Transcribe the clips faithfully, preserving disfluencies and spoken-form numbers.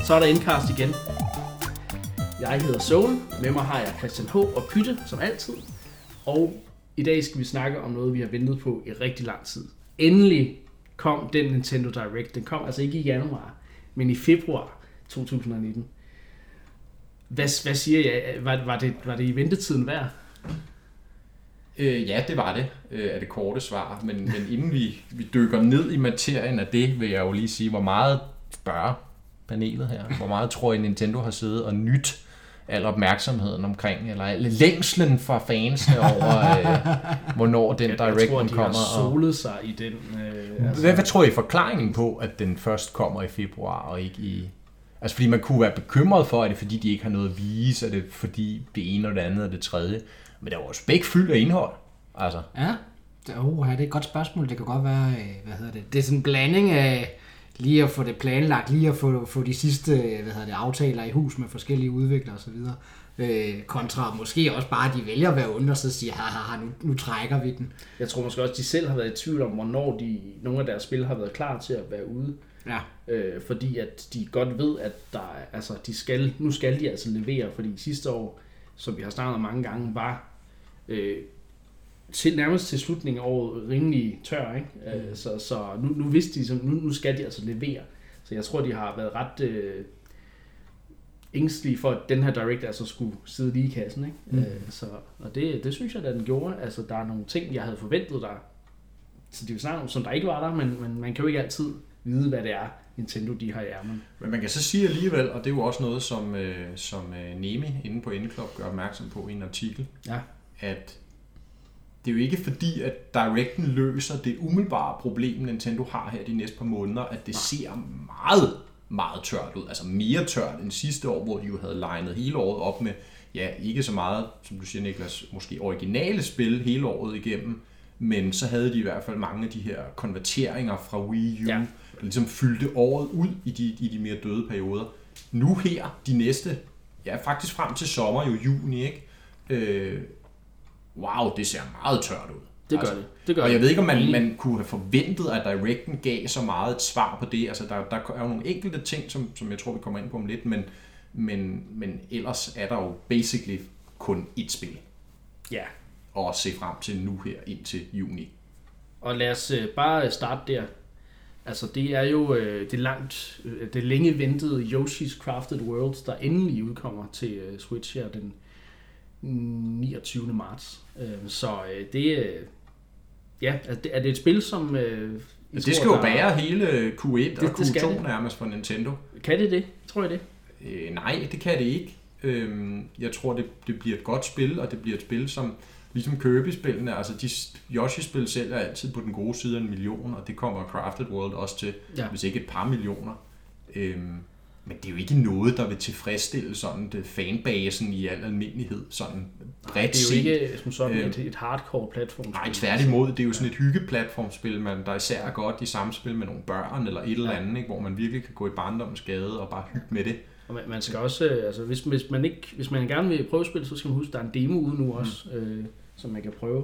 Så er der Endcast igen. Jeg hedder Søren, med mig har jeg Christian H. og Pytte, som altid. Og i dag skal vi snakke om noget, vi har ventet på i rigtig lang tid. Endelig kom den Nintendo Direct. Den kom altså ikke i januar, men i februar to tusind og nitten. Hvad, hvad siger jeg? Var, var, det, var det i ventetiden værd? Øh, ja, det var det, øh, er det korte svar. Men, men inden vi, vi dykker ned i materien af det, vil jeg jo lige sige, hvor meget spørger panelet her. Hvor meget tror I Nintendo har siddet og nyt al opmærksomheden omkring, eller al længslen fra fansene over, øh, hvornår den Directen kommer. Jeg tror, de har solet sig i den. Øh, altså. hvad, hvad tror I forklaringen på, at den først kommer i februar og ikke i... Altså fordi man kunne være bekymret for, at det er fordi, de ikke har noget at vise, er det fordi det ene og det andet og det tredje. Men der var jo spæk fyldt af indhold. Altså. Ja, det, oh, det er et godt spørgsmål. Det kan godt være, hvad hedder det, det er sådan en blanding af lige at få det planlagt, lige at få, få de sidste hvad hedder det, aftaler i hus med forskellige udviklere osv. Øh, kontra måske også bare, at de vælger at være onde og så siger, haha, nu, nu trækker vi den. Jeg tror måske også, at de selv har været i tvivl om, hvornår de, nogle af deres spil har været klar til at være ude. Ja. Øh, fordi at de godt ved, at der, altså, de skal, nu skal de altså levere, fordi sidste år, som vi har snakket om mange gange, var øh, til, nærmest til slutningen af året rimelig tør, ikke? Mm. Øh, så så nu, nu vidste de, så nu, nu skal de altså levere. Så jeg tror, de har været ret øh, ængstelige for, at den her Direct altså skulle sidde lige i kassen, ikke? Mm. Øh, så, og det, det synes jeg, at den gjorde. Altså, der er nogle ting, jeg havde forventet der, så de vil snakke om, som der ikke var der, men, men man kan jo ikke altid vide, hvad det er, Nintendo de har i ærmen. Men man kan så sige alligevel, og det er jo også noget, som, øh, som øh, Nemi inde på Endclub gør opmærksom på i en artikel, ja. At det er jo ikke fordi, at Directen løser det umiddelbare problem, Nintendo har her de næste par måneder, at det ser meget, meget tørt ud. Altså mere tørt end sidste år, hvor de jo havde legnet hele året op med, ja, ikke så meget, som du siger, Niklas, måske originale spil hele året igennem, men så havde de i hvert fald mange af de her konverteringer fra Wii U, ja. Der ligesom fyldte året ud i de, i de mere døde perioder. Nu her, de næste, ja faktisk frem til sommer, jo juni, ikke? Øh, wow, det ser meget tørt ud. Det gør altså, det. det gør og jeg ved ikke, om man, man kunne have forventet, at Directen gav så meget et svar på det. Altså, der, der er jo nogle enkelte ting, som, som jeg tror, vi kommer ind på om lidt, men, men, men ellers er der jo basically kun et spil. Ja. Og se frem til nu her indtil juni. Og lad os øh, bare starte der. Altså det er jo øh, det langt, øh, det længe ventede Yoshi's Crafted Worlds, der endelig udkommer til øh, Switch her den niogtyvende marts. Øh, så øh, det, øh, ja, er det, er det et spil, som... Øh, det tror, skal jo bære hele Q et det, og Q to det nærmest for Nintendo. Kan det det? Tror jeg det? Øh, nej, det kan det ikke. Øh, jeg tror, det, det bliver et godt spil, og det bliver et spil, som... Ligesom Kirby-spillene, altså de Yoshi-spil selv er altid på den gode side af en million, og det kommer Crafted World også til, ja. Hvis ikke et par millioner. Øhm, men det er jo ikke noget, der vil tilfredsstille sådan det fanbasen i al almindelighed, sådan bredt set. Det er jo ikke som sådan øhm, et, et hardcore platformspil. Nej, tværtimod, det er jo sådan et hyggeplatformspil, man, der især er godt i samspil med nogle børn eller et eller andet, ikke, hvor man virkelig kan gå i barndommens gade og bare hygge med det. Og man, man skal også, altså hvis, hvis, man ikke, hvis man gerne vil prøve spil, så skal man huske, at der er en demo ude nu også, mm. øh, som man kan prøve.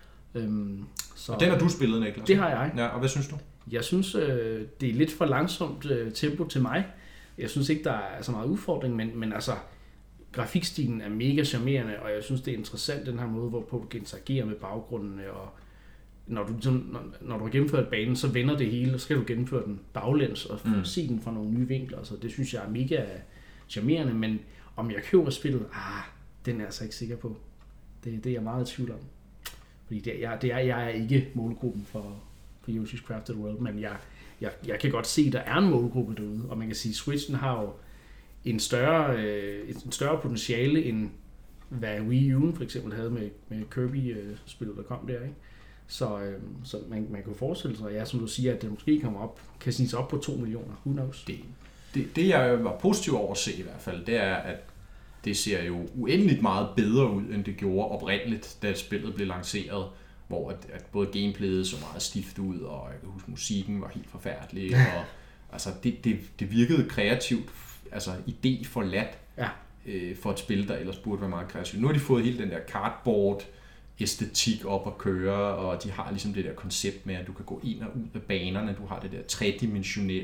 Øhm, så, og den har du spillet, Niklas? Det har jeg. Ja, og hvad synes du? Jeg synes, øh, det er lidt for langsomt øh, tempo til mig. Jeg synes ikke, der er så meget udfordring, men, men altså, grafikstilen er mega charmerende, og jeg synes, det er interessant, den her måde, hvorpå du kan interagere med baggrunden, og når du, når, når du har gennemført banen, så vender det hele, og så skal du gennemføre den baglæns og mm. se den fra nogle nye vinkler, så det synes jeg er mega charmerende, men om jeg køber spillet, ah, den er jeg altså ikke sikker på. Det, det er jeg meget i tvivl om. Fordi det, jeg, det er, jeg er ikke målgruppen for, for Yoshi's Crafted World, men jeg, jeg, jeg kan godt se, at der er en målgruppe derude, og man kan sige, at Switchen har jo en større, øh, en større potentiale, end hvad Wii U for eksempel havde med, med Kirby-spillet, der kom der, ikke? Så, øh, så man, man kan forestille sig, ja, som du siger, at det måske kommer op, kan snige sig op på to millioner. Who knows? Det, det, det jeg var positiv over at se i hvert fald, det er, at det ser jo uendeligt meget bedre ud, end det gjorde oprindeligt, da spillet blev lanceret, hvor at, at både gameplayet så meget stift ud, og jeg kan huske, musikken var helt forfærdelig, og altså, det, det, det virkede kreativt, altså idé forladt, ja. øh, for et spil, der ellers burde være meget kreativt. Nu har de fået hele den der cardboard æstetik op at køre, og de har ligesom det der koncept med, at du kan gå ind og ud af banerne, du har det der tredimensionelle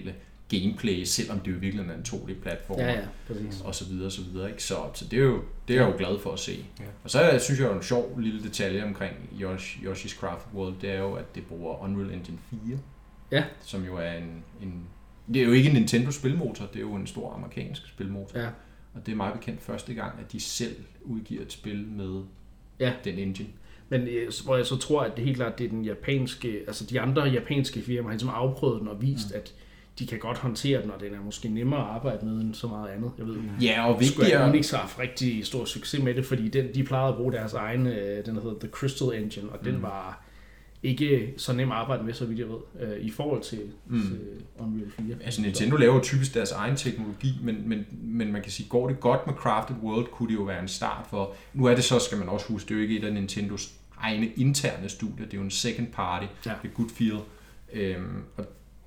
gameplay, selvom det jo virkelig er en to D-platform. Ja, ja, præcis. Og så videre, og så videre. Ikke? Så, så det er jo det er jeg jo glad for at se. Ja. Og så synes jeg jo en sjov lille detalje omkring Yosh, Yoshi's Crafted World, det er jo, at det bruger Unreal Engine fire. Ja. Som jo er en, en... Det er jo ikke en Nintendo-spilmotor, det er jo en stor amerikansk spilmotor. Ja. Og det er meget bekendt første gang, at de selv udgiver et spil med ja. den engine. Men hvor jeg så tror, at det helt klart det er den japanske, altså de andre japanske firmaer, har ligesom afprøvet den og vist, mm. at de kan godt håndtere den, og den er måske nemmere at arbejde med end så meget andet. Jeg ved, ja, og vigtigere... Square Enix har haft rigtig stor succes med det, fordi den, de plejede at bruge deres egen, den hedder The Crystal Engine, og mm. den var ikke så nem at arbejde med, så vidt jeg ved, øh, i forhold til, mm. til Unreal fire. Altså Nintendo laver jo typisk deres egen teknologi, men, men, men man kan sige, går det godt med Crafted World, kunne det jo være en start for... Nu er det så, skal man også huske, det er jo ikke et af Nintendos egne interne studier, det er jo en second party, ja. Det er Good Feel. Øhm, og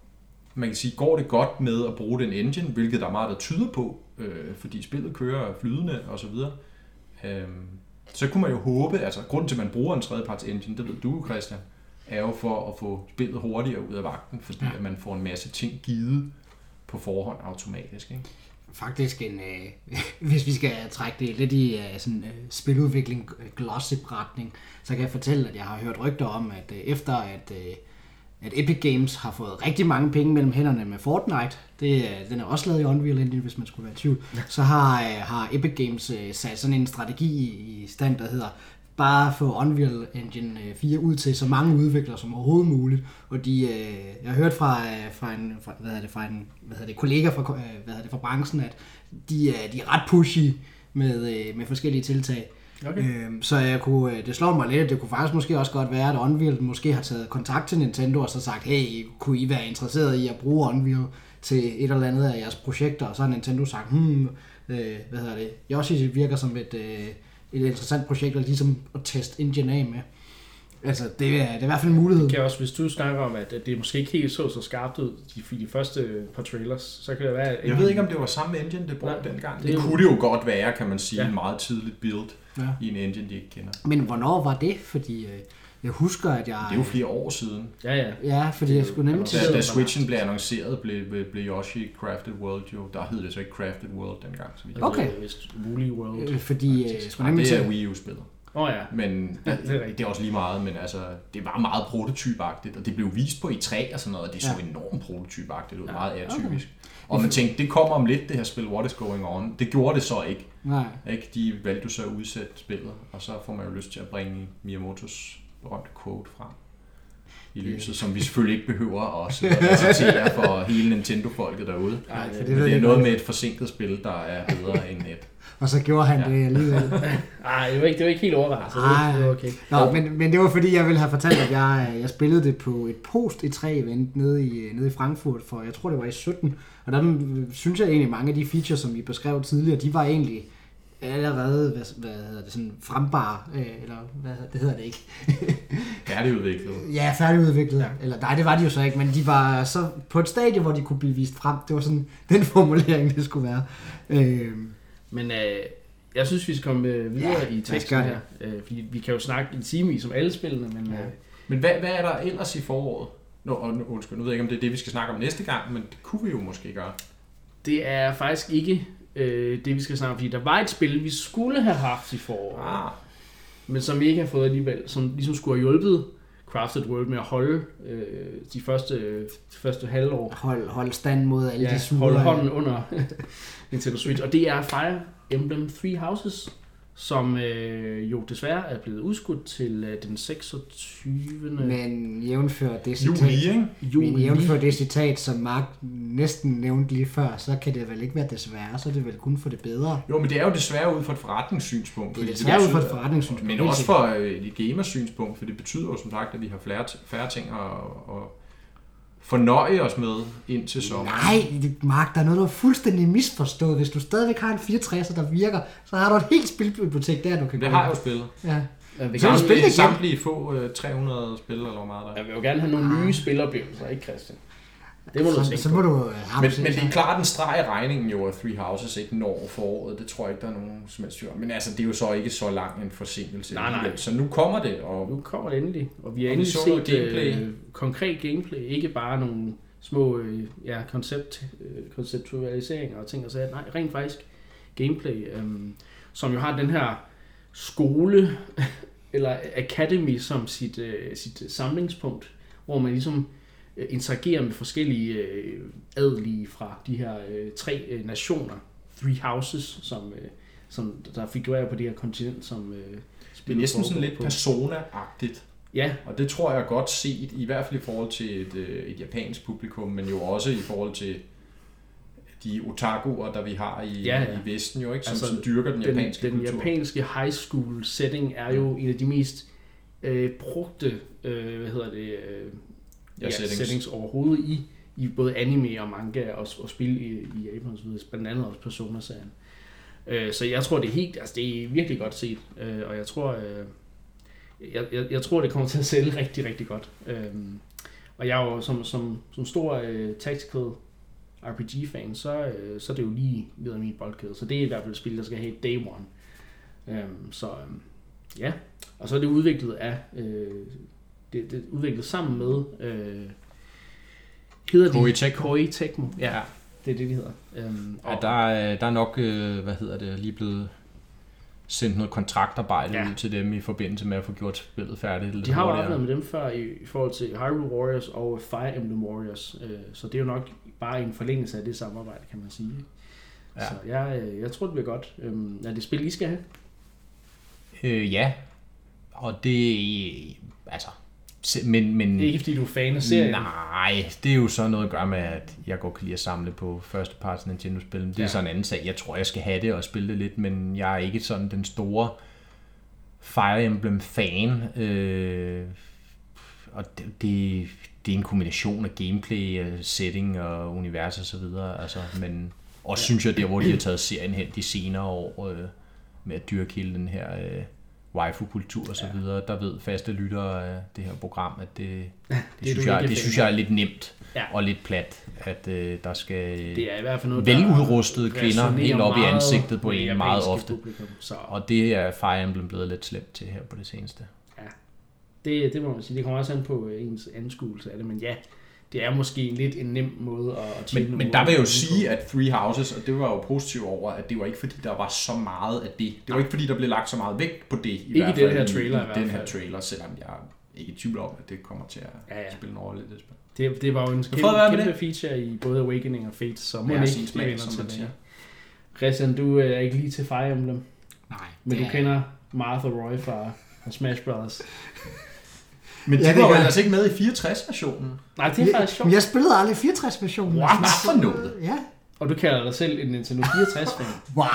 man kan sige, går det godt med at bruge den engine, hvilket der er meget, der tyder på, øh, fordi spillet kører flydende og så videre, øhm, så kunne man jo håbe, altså grunden til, at man bruger en tredjeparts engine, det ved du, Christian, er jo for at få spillet hurtigere ud af vagten, fordi ja. At man får en masse ting givet på forhånd automatisk. Ikke? Faktisk en, øh, hvis vi skal trække det lidt i øh, sådan, øh, spiludvikling glossip-retning, så kan jeg fortælle, at jeg har hørt rygter om, at øh, efter at, øh, at Epic Games har fået rigtig mange penge mellem hænderne med Fortnite, det, øh, den er også lavet i Unreal Engine, hvis man skulle være i tvivl, ja. Så har, øh, har Epic Games øh, sat sådan en strategi i stand, der hedder bare få Unreal Engine fire ud til så mange udviklere som overhovedet muligt. Og de, øh, jeg har hørt fra, fra en, fra, hvad det, fra en hvad det, kollega fra, hvad det, fra branchen, at de, de er ret pushy med, med forskellige tiltag. Okay. Øhm, så jeg kunne, det slår mig lidt, at det kunne faktisk måske også godt være, at Unreal måske har taget kontakt til Nintendo og så sagt, hey, kunne I være interesseret i at bruge Unreal til et eller andet af jeres projekter? Og så har Nintendo sagt, hmm, øh, hvad hedder det, Yoshi virker som et... Øh, et interessant projekt, og ligesom at teste engine af med. Altså, det er, det er i hvert fald en mulighed. Det kan også, hvis du snakker om, at det måske ikke helt så så skarpt ud, de, de første par trailers, så kan det være... Jeg ved ikke, om det var samme engine, det brugte dengang. Det, det kunne det jo godt være, kan man sige, ja. En meget tidligt build ja. I en engine, de ikke kender. Men hvornår var det? Fordi jeg husker, at jeg... Det er jo flere år siden. Ja, ja. Ja, fordi jeg skulle nemlig... Da, da Switchen blev annonceret, blev, blev Yoshi Crafted World jo... Der hed det så ikke Crafted World dengang. Så vi okay. Det var Woolly World. Fordi... Ja, det er Wii U-spillet. Åh oh, ja. Men det, det er også lige meget, men altså, det var meget prototypagtigt, og det blev vist på E tre og sådan noget, og det så ja. Enormt prototypagtigt ud, ja. Meget atypisk. Okay. Og man tænkte, det kommer om lidt, det her spil, What is Going On. Det gjorde det så ikke. Nej. Ikke? De valgte så at udsætte spillet, og så får man jo lyst til at bringe Miyamotos berømte quote frem i lyset, som vi selvfølgelig ikke behøver at citere for hele Nintendo-folket derude. Nej, for det, men det er noget med et forsinket spil, der er bedre end et. Og så gjorde han ja. Det alligevel. Nej, det var ikke, det var ikke helt overraskende. Nej, det var okay. Nå, men, men det var fordi, jeg ville have fortalt, at jeg, jeg spillede det på et post E tre event nede i, nede i Frankfurt for, jeg tror det var i sytten. Og der synes jeg egentlig, mange af de features, som I beskrev tidligere, de var egentlig allerede, hvad, hvad hedder det, sådan frembare, øh, eller hvad det hedder det ikke? Færdigudviklet. Ja, færdigudviklet. Ja. Eller nej, det var de jo så ikke, men de var så på et stadie, hvor de kunne blive vist frem. Det var sådan den formulering, det skulle være. Øh, Men øh, jeg synes, vi skal komme videre ja, i teksten her. Øh, fordi vi kan jo snakke en time i som alle spillene, men... Ja. Øh, men hvad, hvad er der ellers i foråret? Nå, og nu, undskyld, nu ved jeg ikke, om det er det, vi skal snakke om næste gang, men det kunne vi jo måske gøre. Det er faktisk ikke øh, det, vi skal snakke om, fordi der var et spil, vi skulle have haft i foråret, ah. men som vi ikke har fået alligevel, som ligesom skulle have hjulpet Crafted World med at holde øh, de første, de første halvår. Hold, hold stand mod alle ja, de sure. Hold hånden under Nintendo Switch. Og det er Fire Emblem Three Houses, som øh, jo desværre er blevet udskudt til øh, den seksogtyvende Men jævnfør det citat, juli, ikke? Men jævnfør det citat, som Mark næsten nævnte lige før, så kan det vel ikke være desværre, så er det vel kun for det bedre. Jo, men det er jo desværre ud fra et forretningssynspunkt. Det er desværre ud fra et forretningssynspunkt. Men også fra et gamersynspunkt, for det betyder jo som sagt, at vi har flere, færre ting at, at fornøje os med ind til sommer. Nej, Mark, der er noget, du er fuldstændig misforstået. Hvis du stadigvæk har en fireogtresser, der virker, så har du et helt spilbibliotek der, du kan det har jeg jo spillet. Ja. Ja, så du spille samtlige få uh, tre hundrede spil, eller hvor meget der er. Jeg vil jo gerne have nogle nye spiloplevelser, ikke Christian? Det må du så, så må du, uh, men, men det er klart en streg i regningen jo, at Three Houses ikke når foråret. Det tror jeg ikke, der er nogen som helst tvivl. Men altså, det er jo så ikke så lang en forsinkelse. Nej, nej. Så nu kommer det. Og nu kommer det endelig. Og vi har endelig set gameplay. Øh, konkret gameplay. Ikke bare nogle små øh, ja, koncept, øh, konceptualiseringer og ting og sager. Nej, rent faktisk gameplay, øh, som jo har den her skole eller academy som sit, øh, sit samlingspunkt, hvor man ligesom øh, interagerer med forskellige øh, adelige fra de her øh, tre øh, nationer, three houses, som, øh, som der figurerer på det her kontinent, som øh, det er næsten sådan lidt persona-agtigt. Ja. Og det tror jeg godt set, i hvert fald i forhold til et, et japansk publikum, men jo også i forhold til de otakuer, der vi har i, ja, ja. i Vesten, jo, ikke? Som, altså, som dyrker den, den japanske den kultur. Den japanske high school setting er jo en af de mest øh, brugte øh, hvad hedder det, øh, ja, ja, settings. settings overhovedet i, i både anime og manga og, og spil i, i Japan, blandt andet også Persona-serien. Øh, så jeg tror, det er helt, altså det er virkelig godt set, øh, og jeg tror, øh, jeg, jeg, jeg tror, det kommer til at sælge rigtig, rigtig godt. Øh, og jeg er jo som, som, som stor øh, tactical R P G-fan, så, øh, så er det jo lige ved min boldkæde. Så det er i hvert fald et spil, der skal have day one. Øhm, så øhm, ja, og så er det udviklet af, øh, det, det er udviklet sammen med, øh, hedder Koei de? Tecmo. Koei Tecmo, ja, Ja. det er det, de hedder. Øhm, Ja, der, er, der er nok, øh, hvad hedder det, lige blevet sendt noget kontraktarbejde Ja. ud til dem i forbindelse med at få gjort spillet færdigt. Lidt de har jo hurtigere. arbejdet med dem før i, i forhold til Hyrule Warriors og Fire Emblem Warriors, øh, så det er jo nok bare en forlængelse af det samarbejde, kan man sige. Ja. Så jeg, øh, jeg tror, det bliver godt. Øhm, er det spil, I skal have? Øh, ja, og det altså, se- men, men Det er ikke, fordi du er fan af serien. nej, det er jo så noget at gøre med, at jeg godt kan lide at samle på førsteparts Nintendo-spil. Det er Ja. så en anden sag. Jeg tror, jeg skal have det og spille det lidt, men jeg er ikke sådan den store Fire Emblem-fan. Øh, og det, det, det er en kombination af gameplay, setting og univers og så videre. Altså, men også ja. synes jeg, der hvor de har taget serien hen de senere år øh, med at dyrke hele den her øh, waifu-kultur og så Ja. videre, der ved faste lyttere af det her program, at det, det, det det, synes, du jeg, ikke det fan synes af. jeg er lidt nemt Ja. og lidt plat, at øh, der skal Det er i hvert fald noget, der veludrustede kvinder resonerer helt op i meget ansigtet på med en det meget japanske ofte. publikum. Så Og det er Fire Emblem blevet lidt slemt til her på det seneste. det, det må man sige. Det kommer også an på ens anskuelse af det, men ja, det er måske lidt en nem måde at, at tjene Men, nogle men der vil jeg jo penge sige, på. at Three Houses, og det var jo positivt over, at det var ikke fordi, der var så meget af det. Det var ikke fordi, der blev lagt så meget vægt på det, i Ikke hvert i den fald her trailer i i hvert den her fald. trailer, selvom jeg er ikke i tvivl om, at det kommer til at Ja, ja. spille en rolle i det spil. Det, det var jo en får det være kæmpe, med kæmpe feature i både Awakening og Fate, så må Ja, ikke sin smag, vender som man til siger. det. Christian, du er ikke lige til Fire Emblem, Nej. men du det er- kender Martha Roy fra fra Smash Brothers. Men de Ja, ja, det var jo gør- ellers ikke med i fireogtres-versionen. Nej, det er faktisk sjovt. Men jeg spillede aldrig fireogtres-versionen. What? Hvad for noget? Ja. Og du kalder dig selv en Nintendo fireogtres-fan. Wow.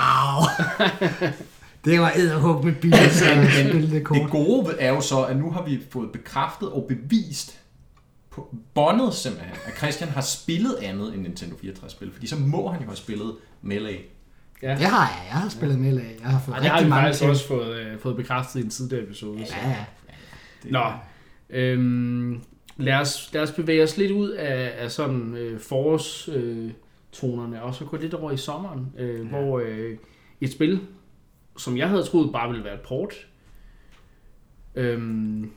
Det var edderhug med billigt at spille det Det kort. gode er jo så, at nu har vi fået bekræftet og bevist på båndet simpelthen, at Christian har spillet andet end Nintendo fireogtres-spil, fordi så må han jo have spillet Melee. Ja. Det har jeg. Jeg har spillet med. Jeg har fået Og det har rigtig vi mange faktisk til. også fået, øh, fået bekræftet i en tidligere episode. Så. Ja, ja. Det, Nå, øhm, lad, os, lad os bevæge os lidt ud af, af sådan øh, forårstonerne, øh, tonerne, og så gå lidt over i sommeren, øh, ja. hvor øh, et spil, som jeg havde troet bare ville være et port, øhm,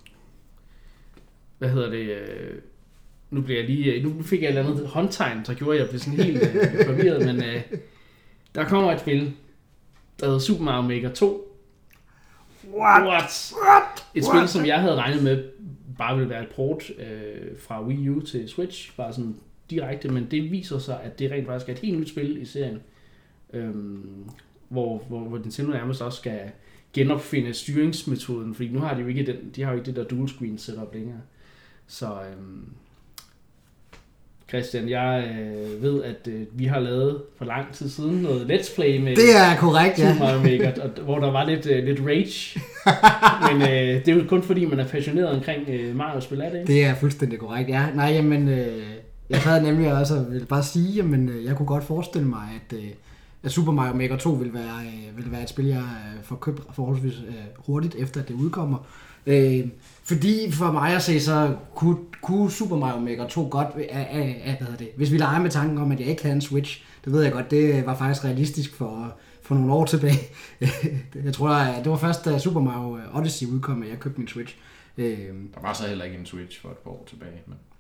hvad hedder det, øh, nu bliver jeg lige, nu fik jeg et eller andet håndtegn, der gjorde, at jeg blev sådan helt øh, forvirret, men øh, der kommer et spil, der hedder Super Mario Maker to. What? What? What? Et spil, som jeg havde regnet med, bare ville være et port øh, fra Wii U til Switch, bare sådan direkte, men det viser sig, at det rent faktisk er et helt nyt spil i serien, øhm, hvor, hvor, hvor Nintendo nærmest også skal genopfinde styringsmetoden, fordi nu har de jo ikke, den, de har jo ikke det der dual screen setup længere. Så øhm, Christian, jeg øh, ved, at øh, vi har lavet for lang tid siden noget Let's Play med Det er korrekt, ja. Super Mario Maker, og, hvor der var lidt, øh, lidt rage. Men øh, det er jo kun fordi, man er passioneret omkring øh, Mario-spil, er det ikke? Det er fuldstændig korrekt, ja. Nej, jamen, øh, jeg havde nemlig også vil bare sige, jamen, øh, jeg kunne godt forestille mig, at, øh, at Super Mario Maker to vil være, øh, vil være et spil, jeg øh, får købt forholdsvis øh, hurtigt efter, at det udkommer. Øh, fordi for mig at se, så kunne, kunne Super Mario Maker to godt, øh, øh, øh, hvad hedder det, hvis vi leger med tanken om, at jeg ikke havde en Switch, det ved jeg godt, det var faktisk realistisk for, for nogle år tilbage. Jeg tror, at det var først, da Super Mario Odyssey udkom, at jeg købte min Switch. Øh, Der var så heller ikke en Switch for et par år tilbage. Men...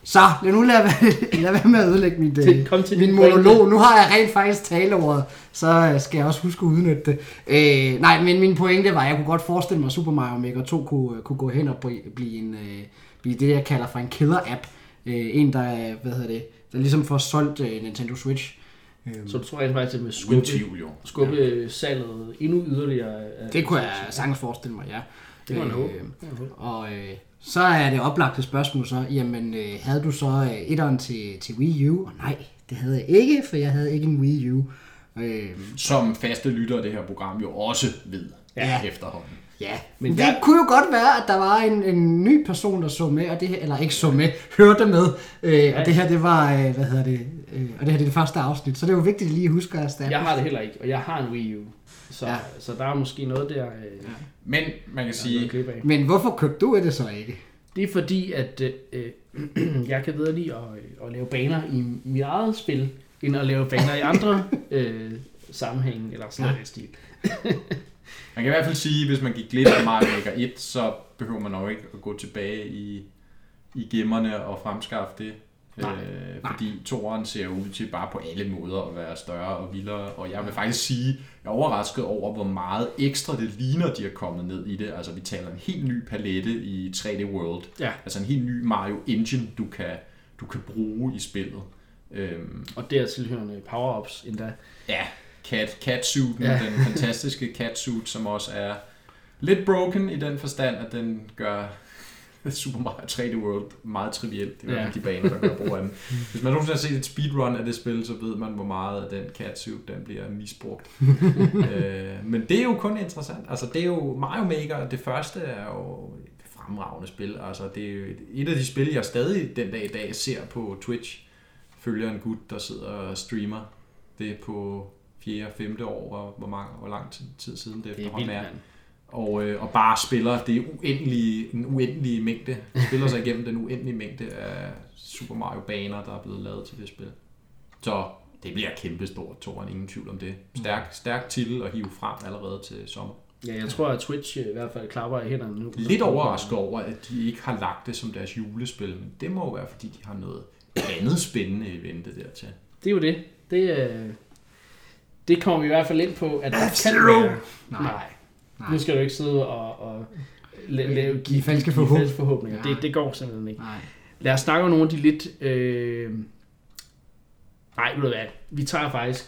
Så lad nu lade være, lad være med at ødelægge mit, til, kom til min monolog. Pointe. Nu har jeg rent faktisk taleordet, så skal jeg også huske at udnytte det. Øh, nej, men min pointe var, at jeg kunne godt forestille mig, at Super Mario Maker to kunne, kunne gå hen og blive, en, øh, blive det, jeg kalder for en killer-app. Øh, en, der, hvad hedder det, der ligesom får solgt øh, Nintendo Switch. Så du tror rent faktisk, at det vil skubbe, skubbe ja. salget endnu yderligere? Af det kunne jeg sagtens forestille mig, ja. Det var en håb. Og øh, så er det oplagte spørgsmål så, jamen øh, havde du så øh, etteren til, til Wii U? Og nej, det havde jeg ikke, for jeg havde ikke en Wii U. Øh, Som faste lyttere af det her program jo også ved ja. efterhånden. Ja, men det der... kunne jo godt være, at der var en, en ny person, der så med, og det her, eller ikke så med, hørte med, øh, ja. og det her, det var, øh, hvad hedder det, øh, og det her, det er det første afsnit, så det er jo vigtigt at lige huske at erstatte. Jeg har det heller ikke, og jeg har en Wii U, så, ja. så der er måske noget der. Øh, ja. Men man kan sige, men hvorfor købte du det så ikke? Det er fordi, at øh, jeg kan bedre lide at, at lave baner i mit eget spil, end at lave baner i andre øh, sammenhænge, eller sådan noget ja. stil. Man kan i hvert fald sige, at hvis man gik glip af Mario Maker et, så behøver man nok ikke at gå tilbage i, i gemmerne og fremskaffe det. Nej, øh, fordi toeren ser ud til bare på alle måder at være større og vildere. Og jeg vil faktisk sige, at jeg er overrasket over, hvor meget ekstra det ligner, de er kommet ned i det. Altså vi taler en helt ny palette i tre D World. Ja. Altså en helt ny Mario Engine, du kan, du kan bruge i spillet. Øhm, og dertilhørende power-ups endda. Ja. Cat, catsuiten, ja. Den fantastiske catsuit, som også er lidt broken i den forstand, at den gør Super Mario tre D World meget trivielt. Det er ja. de baner, der gør brug af den. Hvis man nogensinde har set et speedrun af det spil, så ved man, hvor meget af den catsuit, den bliver misbrugt. øh, men det er jo kun interessant. Altså, det er jo Mario Maker, det første er jo et fremragende spil. Altså, det er jo et af de spil, jeg stadig den dag i dag ser på Twitch. Følger en gut, der sidder og streamer det på fjerde, femte år, hvor, hvor, mange, hvor lang tid siden det, det efterhånden er. er. Og, øh, og bare spiller det uendelige, en uendelige mængde, spiller sig igennem den uendelige mængde af Super Mario-baner, der er blevet lavet til det spil. Så det bliver kæmpestort, toren, ingen tvivl om det. Stærk, stærk titel at hive frem allerede til sommer. Ja, jeg tror, at Twitch i hvert fald klapper i hænderne nu. Lidt overrasket over, at de ikke har lagt det som deres julespil, men det må jo være, fordi de har noget andet spændende i vente dertil. Det er jo det. Det øh... Det kommer vi i hvert fald ind på, at der kan være... Nej. Nej. Nu skal du ikke sidde og, og lave, give falske forhåbninger. forhåbninger. Det, det går simpelthen ikke. Nej. Lad os snakke om nogle af de lidt... Øh... Nej, ved du hvad? Vi tager faktisk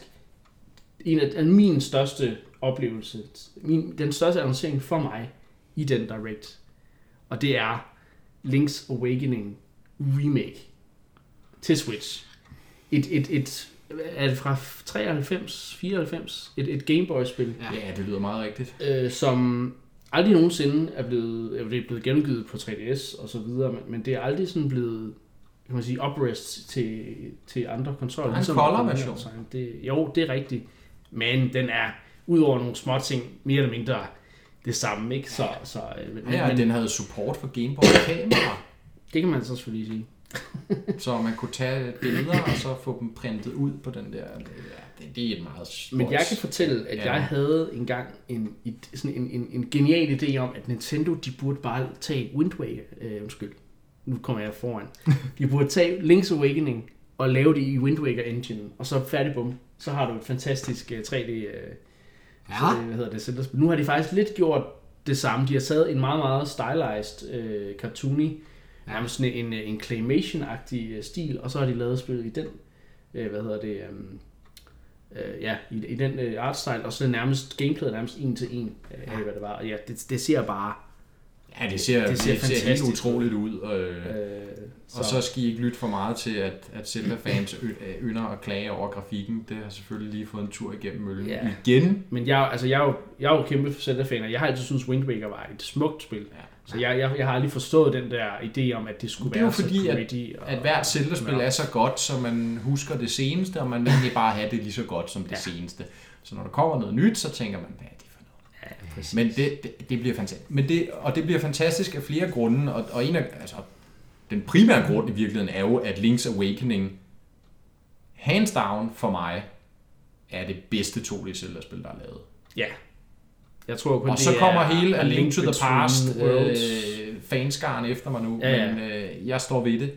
en af min største oplevelse, min, den største annoncering for mig i den Direct, og det er Link's Awakening Remake til Switch. Et... et, et er det fra treoghalvfems, fireoghalvfems, et, et Game Boy-spil. Ja, det lyder meget rigtigt. Øh, som aldrig nogensinde er blevet, er blevet genudgivet på tre D S og så videre, men, men det er aldrig sådan blevet, kan man sige, uprest til, til andre konsoller. Det er en color-version. Det, jo, det er rigtigt, men den er, udover nogle små ting, mere eller mindre det samme, ikke? Så, så, men, ja, men, den havde support for Game Boy kamera. Det kan man så selvfølgelig sige. Så man kunne tage billeder og så få dem printet ud på den der. Ja, det, det er et meget stort. Men jeg kan fortælle, at ja. jeg havde engang en, sådan en, en, en genial idé om, at Nintendo, de burde bare tage Wind Waker, øh, undskyld, nu kommer jeg foran. De burde tage Link's Awakening og lave det i Wind Waker engine, og så færdig bum. Så har du et fantastisk uh, tre D, uh, ja. så, hvad hedder det, Zelda-spil. Nu har de faktisk lidt gjort det samme. De har taget en meget, meget stylized, uh, cartoony, nærmest sådan en, en claymation-agtig stil, og så har de lavet spillet i den, øh, hvad hedder det, um, øh, ja, i, i den øh, artstyle, og så er det nærmest, gameplayet nærmest en til en af, ja. hvad det var, og ja, det, det ser bare, ja, det ser, det ser, det ser helt utroligt ud, og, øh, så. og så skal I ikke lytte for meget til, at, at Zelda-fans ynder at klage over grafikken. Det har selvfølgelig lige fået en tur igennem møllen ja. igen. Men jeg, altså, jeg, er jo, jeg er jo kæmpe Zelda-fan, og jeg har altid syntes, Wind Waker var et smukt spil. Ja. Så jeg, jeg, jeg har aldrig forstået den der idé om, at det skulle det er være fordi, så fordi, at, at hvert Zelda-spil er så godt, så man husker det seneste, og man vil egentlig bare have det lige så godt som det ja. seneste. Så når der kommer noget nyt, så tænker man, hvad er det for noget? Ja, Men det, det, det bliver fantastisk. Men det, og det bliver fantastisk af flere grunde, og, og en af, altså, den primære grund i virkeligheden er jo, at Link's Awakening, hands down for mig, er det bedste to D Zelda-spil, der er lavet. Ja. Jeg tror kun, og så kommer hele A Link to the Past øh, fanskaren efter mig nu, ja, ja. men øh, jeg står ved det,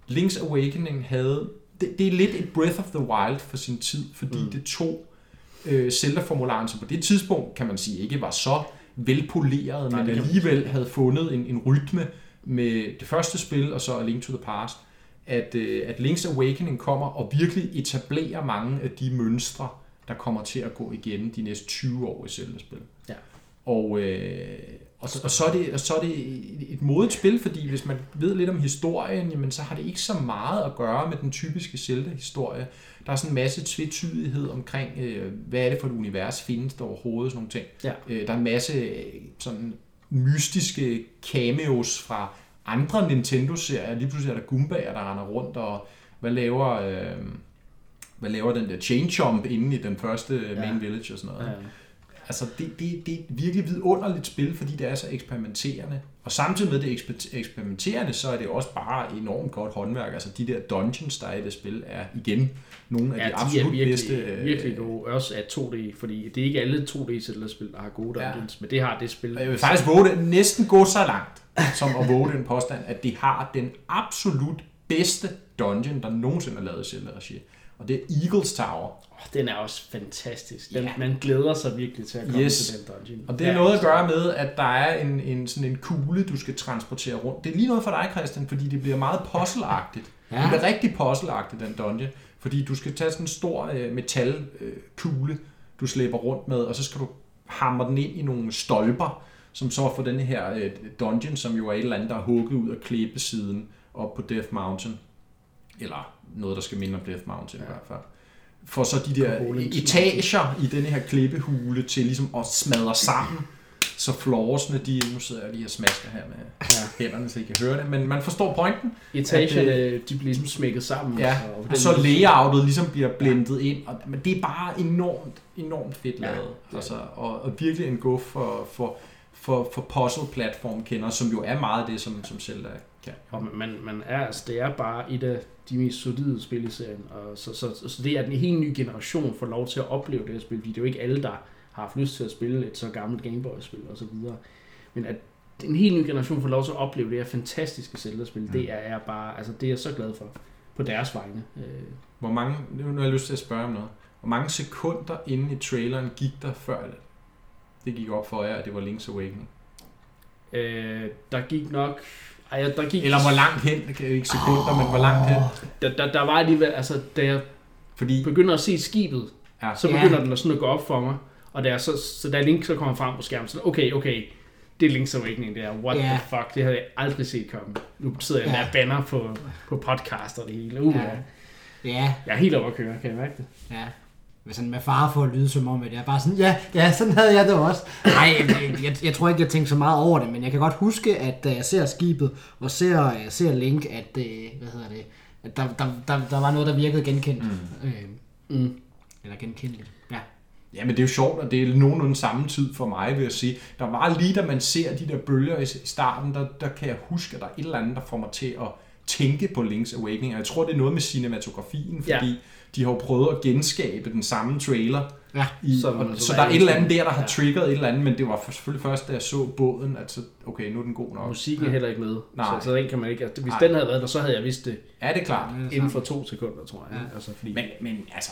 Link's Awakening havde... Det, det er lidt et Breath of the Wild for sin tid, fordi mm. det tog øh, Zelda-formularen, som på det tidspunkt, kan man sige, ikke var så velpoleret, men alligevel havde fundet en, en rytme med det første spil, og så A Link to the Past, at, øh, at Link's Awakening kommer og virkelig etablerer mange af de mønstre, der kommer til at gå igen de næste tyve år i Zelda-spil. Ja. Og, øh, og, og, så er det, og så er det et modigt spil, fordi hvis man ved lidt om historien, jamen, så har det ikke så meget at gøre med den typiske Zelda-historie. Der er sådan en masse tvetydighed omkring, øh, hvad er det for et univers, findes der overhovedet, sådan nogle ting. Ja. Øh, der er en masse sådan mystiske cameos fra andre Nintendo-serier. Lige pludselig er der Goomba'er, der render rundt, og hvad laver, øh, hvad laver den der Chain Chomp inde i den første Main ja. Village og sådan noget. Ja. Altså, det, det, det er et virkelig vidunderligt spil, fordi det er så eksperimenterende. Og samtidig med det eksperimenterende, så er det også bare enormt godt håndværk. Altså, de der dungeons, der er i det spil, er igen nogle af ja, de, de absolut virkelig, bedste. virkelig gode. Også af to D, fordi det er ikke alle to D-spil, der har gode dungeons, ja. Men det har det spil. Jeg vil faktisk våge det, næsten gå så langt, som at våge den påstand, at det har den absolut bedste dungeon, der nogensinde er lavet i Zelda-regi. Og det er Eagles Tower. Oh, den er også fantastisk. Den, yeah. Man glæder sig virkelig til at komme yes. til den dungeon. Og det er noget at gøre med, at der er en, en, sådan en kugle, du skal transportere rundt. Det er lige noget for dig, Christian, fordi det bliver meget puzzleagtigt. Ja. Det bliver rigtig puzzleagtigt, den dungeon. Fordi du skal tage sådan en stor øh, metalkugle, øh, du slæber rundt med, og så skal du hamre den ind i nogle stolper, som så får den her øh, dungeon, som jo er et eller andet, der er hugget ud af klippesiden op på Death Mountain. Eller noget, der skal minde om Death Mountain ja. I hvert fald. For så de der etager i denne her klippehule til ligesom at smadre sammen, så floorsene, de, nu sidder jeg lige og smasker her med ja. hænderne, så I kan høre det, men man forstår pointen. Etagerne, at, de bliver ligesom smækket sammen. Ja, og, og så layoutet ligesom bliver blendet ja. ind, og, men det er bare enormt, enormt fedt lavet. Ja. Altså, og, og virkelig en guf for, for, for, for puzzle-platform-kender, som jo er meget det, som, som Zelda kan. Og man, man er, altså, det er bare et af de mest solide spil i serien, og så, så, så det er, at en helt ny generation får lov til at opleve det her spil, fordi det er jo ikke alle, der har haft lyst til at spille et så gammelt Gameboy-spil og så videre. Men at en helt ny generation får lov til at opleve det her fantastiske Zelda-spil, mm. det er jeg bare, altså det er jeg så glad for, på deres vegne. Hvor mange, nu har jeg lyst til at spørge om noget, hvor mange sekunder inde i traileren gik der før det, det gik op for jer, at det var Link's Awakening? Øh, der gik nok... Ej, der gik... Eller hvor langt hen, ikke sekunder, oh. men hvor langt hen? Der, der, der var alligevel, altså da jeg Fordi... begynder at se skibet, ja. så begynder ja. den sådan at gå op for mig, og der så, så da Link så kommer frem på skærmen, så okay, okay, det er Link's Awakening, det er what yeah. the fuck, det havde jeg aldrig set komme. Nu sidder jeg yeah. der banner på, på podcast og det hele. Uh, yeah. Yeah. Jeg er helt over at køre, kan jeg mærke det? Ja. Yeah. Sådan med far for at lyde som om, at jeg bare sådan, ja, ja, sådan havde jeg det også. Nej, jeg, jeg, jeg tror ikke, jeg tænkte så meget over det, men jeg kan godt huske, at da jeg ser skibet, og ser, jeg ser Link, at, hvad hedder det, at der, der, der, der var noget, der virkede genkendt. Mm. Øh, mm. Eller genkendeligt, ja. Ja, men det er jo sjovt, og det er nogenlunde samme tid for mig, vil jeg sige. Der var lige, da man ser de der bølger i starten, der, der kan jeg huske, at der er et eller andet, der får mig til at tænke på Link's Awakening, og jeg tror, det er noget med cinematografien, fordi ja. de har jo prøvet at genskabe den samme trailer. Ja, i, som, og, så der er et eller andet der, der har ja. triggeret et eller andet, men det var selvfølgelig først, da jeg så båden, at så, okay, nu er den god nok. Musikken er heller ikke med, så, så den kan man ikke... Hvis Nej. den havde været der, så havde jeg vidst det. Ja, det er klart. Inden for to sekunder, tror jeg. Ja. Altså, fordi... men, men altså...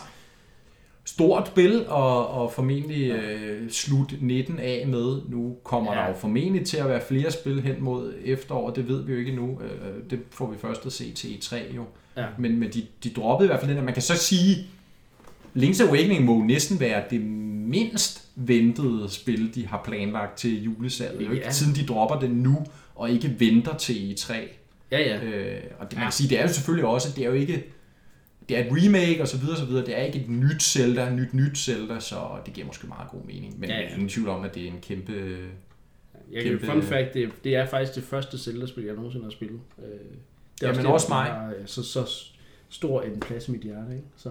Stort spil, og, og formentlig øh, slut nitten af med. Nu kommer ja. der jo formentlig til at være flere spil hen mod efteråret, det ved vi jo ikke endnu. Øh, det får vi først at se til E tre jo. Ja. Men, men de, de droppede i hvert fald den her. Man kan så sige, Link's Awakening må næsten være det mindst ventede spil, de har planlagt til julesalget. Ja. Ikke? Siden de dropper den nu, og ikke venter til E tre. Ja, ja. Øh, og det, man kan sige, det er jo selvfølgelig også, det er jo ikke... Det er et remake og så videre, så videre. Det er ikke et nyt Zelda, nyt nyt Zelda, så det giver måske meget god mening. Men ja, ja. ingen tvivl om, at det er en kæmpe... Jeg kæmpe... Fun fact, det, det er faktisk det første Zelda-spil, jeg nogensinde har spillet. Det er ja, men også mig. Har, så, så stor en plads i mit hjerte, ikke? Så,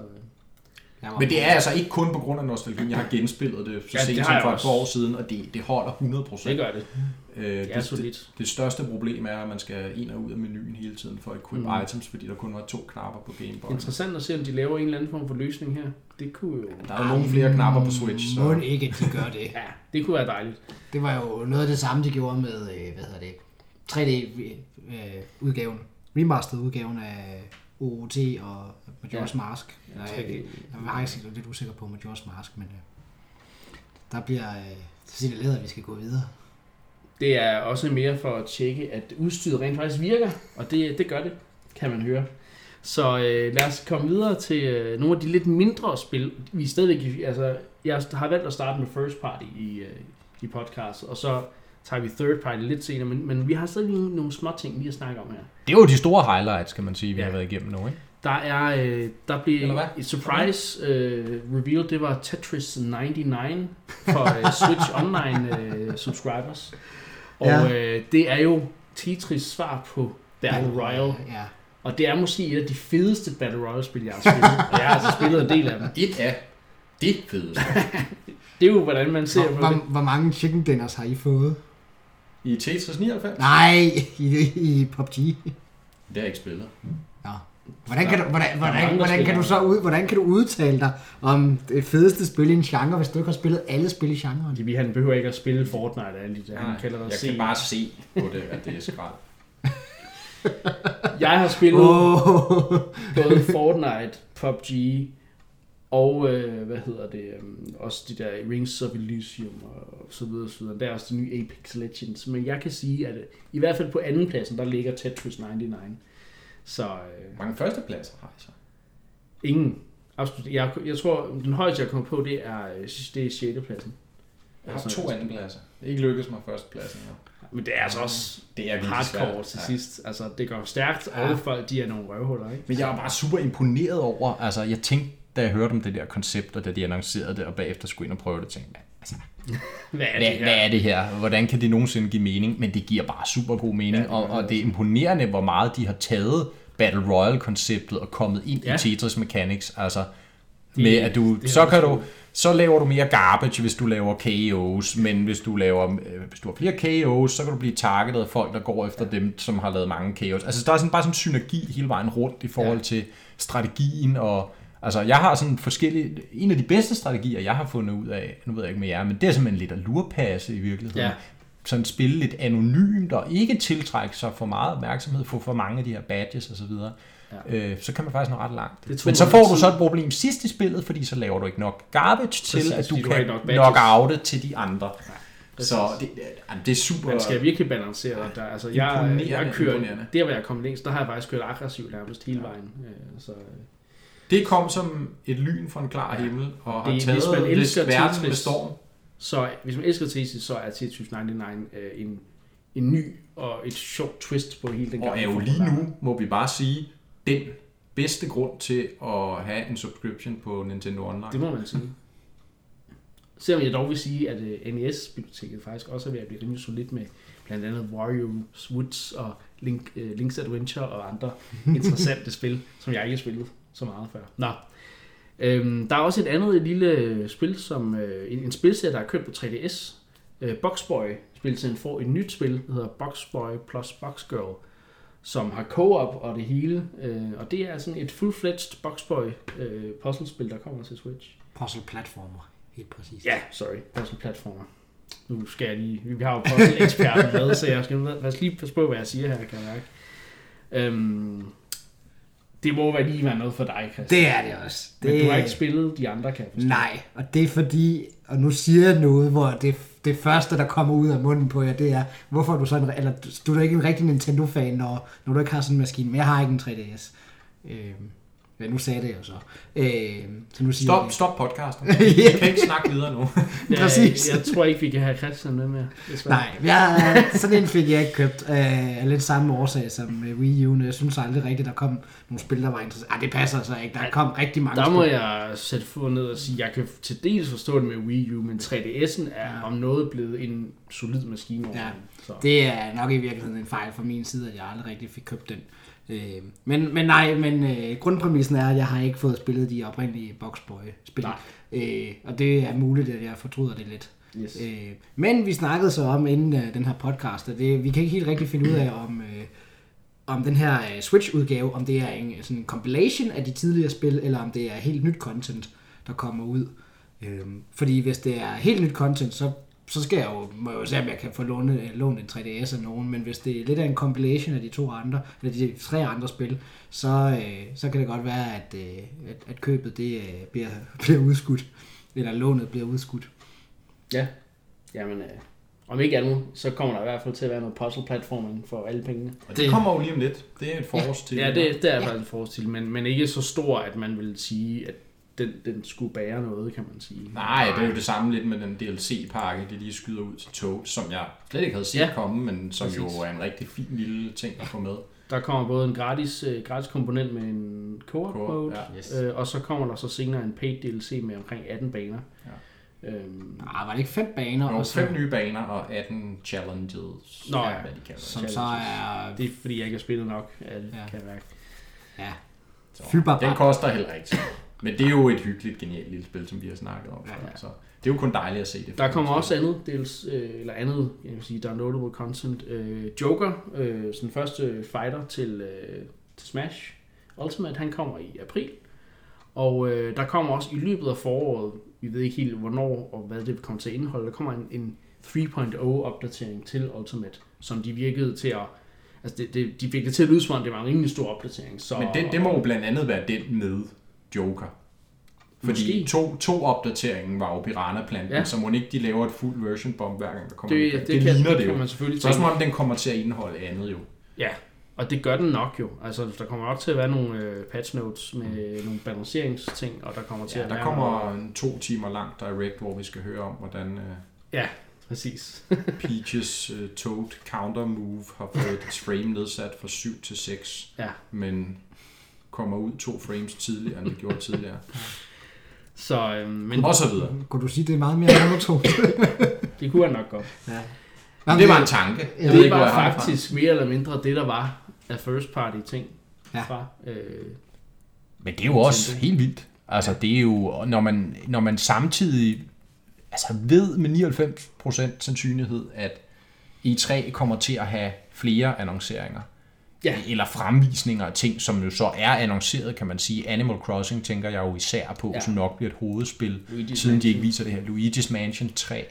men det er altså ikke kun på grund af nostalgien. Jeg har genspillet det så ja, sent som for et par år siden, og det, det holder hundrede procent. Det gør det. Øh, det, er det, det, det største problem er, at man skal ind og ud af menuen hele tiden for at equip mm. items, fordi der kun var to knapper på Game Boy. Interessant at se, om de laver en eller anden form for løsning her. Det kunne jo... Der er jo nogle flere knapper på Switch. Så... Må ikke, at de gør det. Ja, det kunne være dejligt. Det var jo noget af det samme, de gjorde med, hvad hedder det, tre D-udgaven remastered udgaven af O O T og Majora's ja. Mask. Jeg, jeg, jeg er faktisk lidt usikker på Majora's Mask, men øh, der bliver øh, signaleret, at vi skal gå videre. Det er også mere for at tjekke, at udstyret rent faktisk virker, og det, det gør det, kan man høre. Så øh, lad os komme videre til øh, nogle af de lidt mindre spil. Vi er stadigvæk, altså, jeg har valgt at starte med first party i, øh, i podcast, og så tager vi third party lidt senere, men, men vi har stadig nogle, nogle små ting, vi har snakket om her. Det er jo de store highlights, kan man sige, vi ja. har været igennem nu, ikke? Der er, øh, der blev et surprise øh, reveal, det var Tetris nioghalvfems for øh, Switch Online øh, subscribers. Og ja. øh, det er jo Tetris svar på Battle Royale. Ja. Og det er måske et af de fedeste Battle Royale-spil, jeg har spillet. Og jeg har altså spillet en del af dem. Et af det fedeste. Det er jo, hvordan man ser hvor, på det. Hvor, hvor mange chicken dinners har I fået? I Tetris nioghalvfems? Nej, i, i P U B G. Det har jeg ikke spillet. Ja. Hvordan kan, du, hvordan, hvordan, hvordan, kan du så ud, hvordan kan du udtale dig om det fedeste spil i en genre, hvis du ikke har spillet alle spil i genren? Fordi han behøver ikke at spille Fortnite og alle de der. Han kan jeg se. kan bare se på det, at det er skrald. Jeg har spillet oh. både Fortnite, P U B G og øh, hvad hedder det, øh, også de der Rings of Elysium og så videre, så videre. Der er også de nye Apex Legends. Men jeg kan sige, at i hvert fald på anden pladsen, der ligger Tetris nioghalvfems. Så, øh, mange førstepladser har I så? Ingen. Absolut. Jeg, jeg tror, den højeste, jeg kommer på, det er, det er sjette pladsen. Jeg har to anden pladser. Det er ikke lykkedes mig førstepladsen. Ja. Men det er altså også det er hardcore svært. til ja. sidst. Altså, det går stærkt, ja. Og folk, de er nogle røvhuller, ikke? Men jeg var bare super imponeret over, altså jeg tænkte, da jeg hørte om det der koncept, og da de annoncerede det, og bagefter skulle ind og prøve det, tænkte jeg, altså, hvad, er hvad, det hvad er det her? Hvordan kan det nogensinde give mening? Men det giver bare super god mening, ja, det og, og det er imponerende, hvor meget de har taget Battle Royale-konceptet og kommet ind ja. i Tetris Mechanics, altså det, med at du, så kan du, så laver du mere garbage, hvis du laver K O's, men hvis du laver, hvis du har flere K O's, så kan du blive targetet af folk, der går efter ja. dem, som har lavet mange K O's. Altså der er sådan, bare sådan en synergi hele vejen rundt i forhold ja. til strategien, og altså jeg har sådan forskellige, en af de bedste strategier, jeg har fundet ud af, nu ved jeg ikke med jer, men det er simpelthen lidt at lurpasse i virkeligheden. Ja. Sådan spille lidt anonymt, og ikke tiltrække sig for meget opmærksomhed, få for mange af de her badges og så videre. Ja. Øh, så kan man faktisk nå ret langt. Men så får du så et problem sidst i spillet, fordi så laver du ikke nok garbage til, præcis, at du kan knock oute til de andre. Ja, så det, det er super. Man skal virkelig balancere det der. Altså, jeg, jeg kører, der hvor jeg kom længst, der har jeg faktisk kørt aggressivt nærmest hele vejen. Så, det kom som et lyn fra en klar himmel, og har det, taget hvis man elsker verden med storm. Så hvis man elsker Tetris, så er Tetris nioghalvfems øh, en, en ny og et sjovt twist på hele den gamle. Og er jo lige nu, må vi bare sige, den bedste grund til at have en subscription på Nintendo Online. Det må man sige. Selvom jeg dog vil sige, at uh, N E S-biblioteket faktisk også er ved at blive rimelig solidt med blandt andet Wario's Woods og Link, uh, Link's Adventure og andre interessante spil, som jeg ikke har spillet så meget før. Nå. Øhm, der er også et andet lille spil, som øh, en, en spilserie, der er købt på tre D S. Øh, Boxboy spilserien får et nyt spil, der hedder Boxboy plus Boxgirl, som har co-op og det hele. Øh, og det er sådan et full-fledged Boxboy øh, puzzlespil, der kommer til Switch. Puzzle-platformer, helt præcis. Ja, sorry, puzzle-platformer. Nu skal jeg lige, vi har jo puzzle-eksperten med, så jeg skal lad os lige passe på, hvad jeg siger her, kan jeg mærke. Øhm, Det må være lige være noget for dig, Christian. Det er det også. Men det... du har ikke spillet de andre, kan jeg forstå. Nej, og det er fordi, og nu siger jeg noget, hvor det, det første, der kommer ud af munden på jer, det er, hvorfor er du så en, eller du er ikke en rigtig Nintendo-fan, når, når du ikke har sådan en maskine, men jeg har ikke en tre D S. Øh, ja, nu sagde det jo så. Øh, så nu siger stop, jeg, stop podcasten. Vi kan ikke snakke videre nu. Ja, præcis. Jeg tror ikke, vi kan have Christian med mere. Nej, jeg, sådan en fik jeg ikke købt af lidt samme årsag som Wii U. Jeg synes aldrig rigtigt, der kom nogle spil, der var interessant. Ej, det passer så ikke. Der kom rigtig mange Der må spil. jeg sætte fod ned og sige, jeg kan til dels forstå det med Wii U, men tre D S'en er ja. om noget blevet en solid maskine over. Ja, så. Det er nok i virkeligheden en fejl fra min side, at jeg aldrig rigtig fik købt den. Øh, men, men nej, men øh, grundpræmissen er, at jeg har ikke fået spillet de oprindelige Boxboy-spil. Øh, og det er muligt, at jeg fortryder det lidt. Yes. Øh, men vi snakkede så om inden uh, den her podcast, at det, vi kan ikke helt rigtig finde ud af, om, øh, om den her uh, Switch-udgave, om det er en sådan en compilation af de tidligere spil, eller om det er helt nyt content, der kommer ud. Øh, fordi hvis det er helt nyt content, så så skal jeg jo, må jeg jo se, om jeg kan få låne, låne en tre D S af nogen, men hvis det er lidt af en compilation af de to andre, eller de tre andre spil, så, øh, så kan det godt være, at, øh, at, at købet det øh, bliver, bliver udskudt, eller lånet bliver udskudt. Ja, jamen øh, om ikke andet, så kommer der i hvert fald til at være noget puzzle-platforming for alle pengene. Og det kommer jo lige om lidt. Det er et forårstil. Ja, det, det er ja. faktisk et forårstil, men, men ikke så stor, at man vil sige, at den, den skulle bære noget, kan man sige. Nej, det er jo det samme lidt med den D L C-pakke, de lige skyder ud til Toad, som jeg slet ikke havde set ja. komme, men som Præcis. jo er en rigtig fin lille ting at få med. Der kommer både en gratis, uh, gratis komponent med en co-op mode, ja. yes. øh, og så kommer der så senere en paid D L C med omkring atten baner. Ja. Øhm, ah, var det ikke fem baner? Jo, og så... fem nye baner og atten challenges. Nå ja, hvad de kalder som så er... Det er fordi, jeg ikke har spillet nok af det, ja. kan jeg mærke. Ja. Så, den koster heller ikke så. Men det er jo et hyggeligt, genialt lille spil, som vi har snakket om. Ja, ja. Så det er jo kun dejligt at se det. Der kommer også andet, dels, øh, eller andet, jeg vil sige, downloadable content. Øh, Joker, øh, sådan første fighter til, øh, til Smash Ultimate, han kommer i april. Og øh, der kommer også i løbet af foråret, vi ved ikke helt hvornår og hvad det kommer til at indeholde, der kommer en, en tre punkt nul opdatering til Ultimate, som de virkede til at, altså det, det, de fik det til at lyde som om, det var en rimelig stor opdatering. Så, Men det, det må jo blandt andet være den med Joker. Fordi to, to opdateringen var jo Piranha-planten, ja. Så må ikke de laver et fuld version bomb hver gang der kommer det, det, det, det ligner det, det jo. Man selvfølgelig så også om den kommer til at indeholde andet jo. Ja, og det gør den nok jo. Altså der kommer nok til at være nogle øh, patch notes med mm. nogle balanceringsting, og der kommer til ja, at der være kommer noget... en to timer lang direct, hvor vi skal høre om hvordan øh, ja, præcis. Peaches uh, Toad counter move har fået its frame nedsat fra syv til seks, ja. Men kommer ud to frames tidligere end det gjorde tidligere. Så, øhm, men og så videre. Kunne du sige, det er meget mere monotont? Det kunne jeg nok godt. Ja. Men det var en tanke. Det, det var faktisk mere eller mindre det, der var af first party ting. Ja. Fra, øh, men det er jo også helt vildt. Altså det er jo, når man, når man samtidig altså ved med nioghalvfems procent sandsynlighed, at E tre kommer til at have flere annonceringer. Ja. Eller fremvisninger af ting, som jo så er annonceret, kan man sige. Animal Crossing tænker jeg jo især på, ja. Som nok bliver et hovedspil, Luigi's siden Mansion. De ikke viser det her. Luigi's Mansion tre.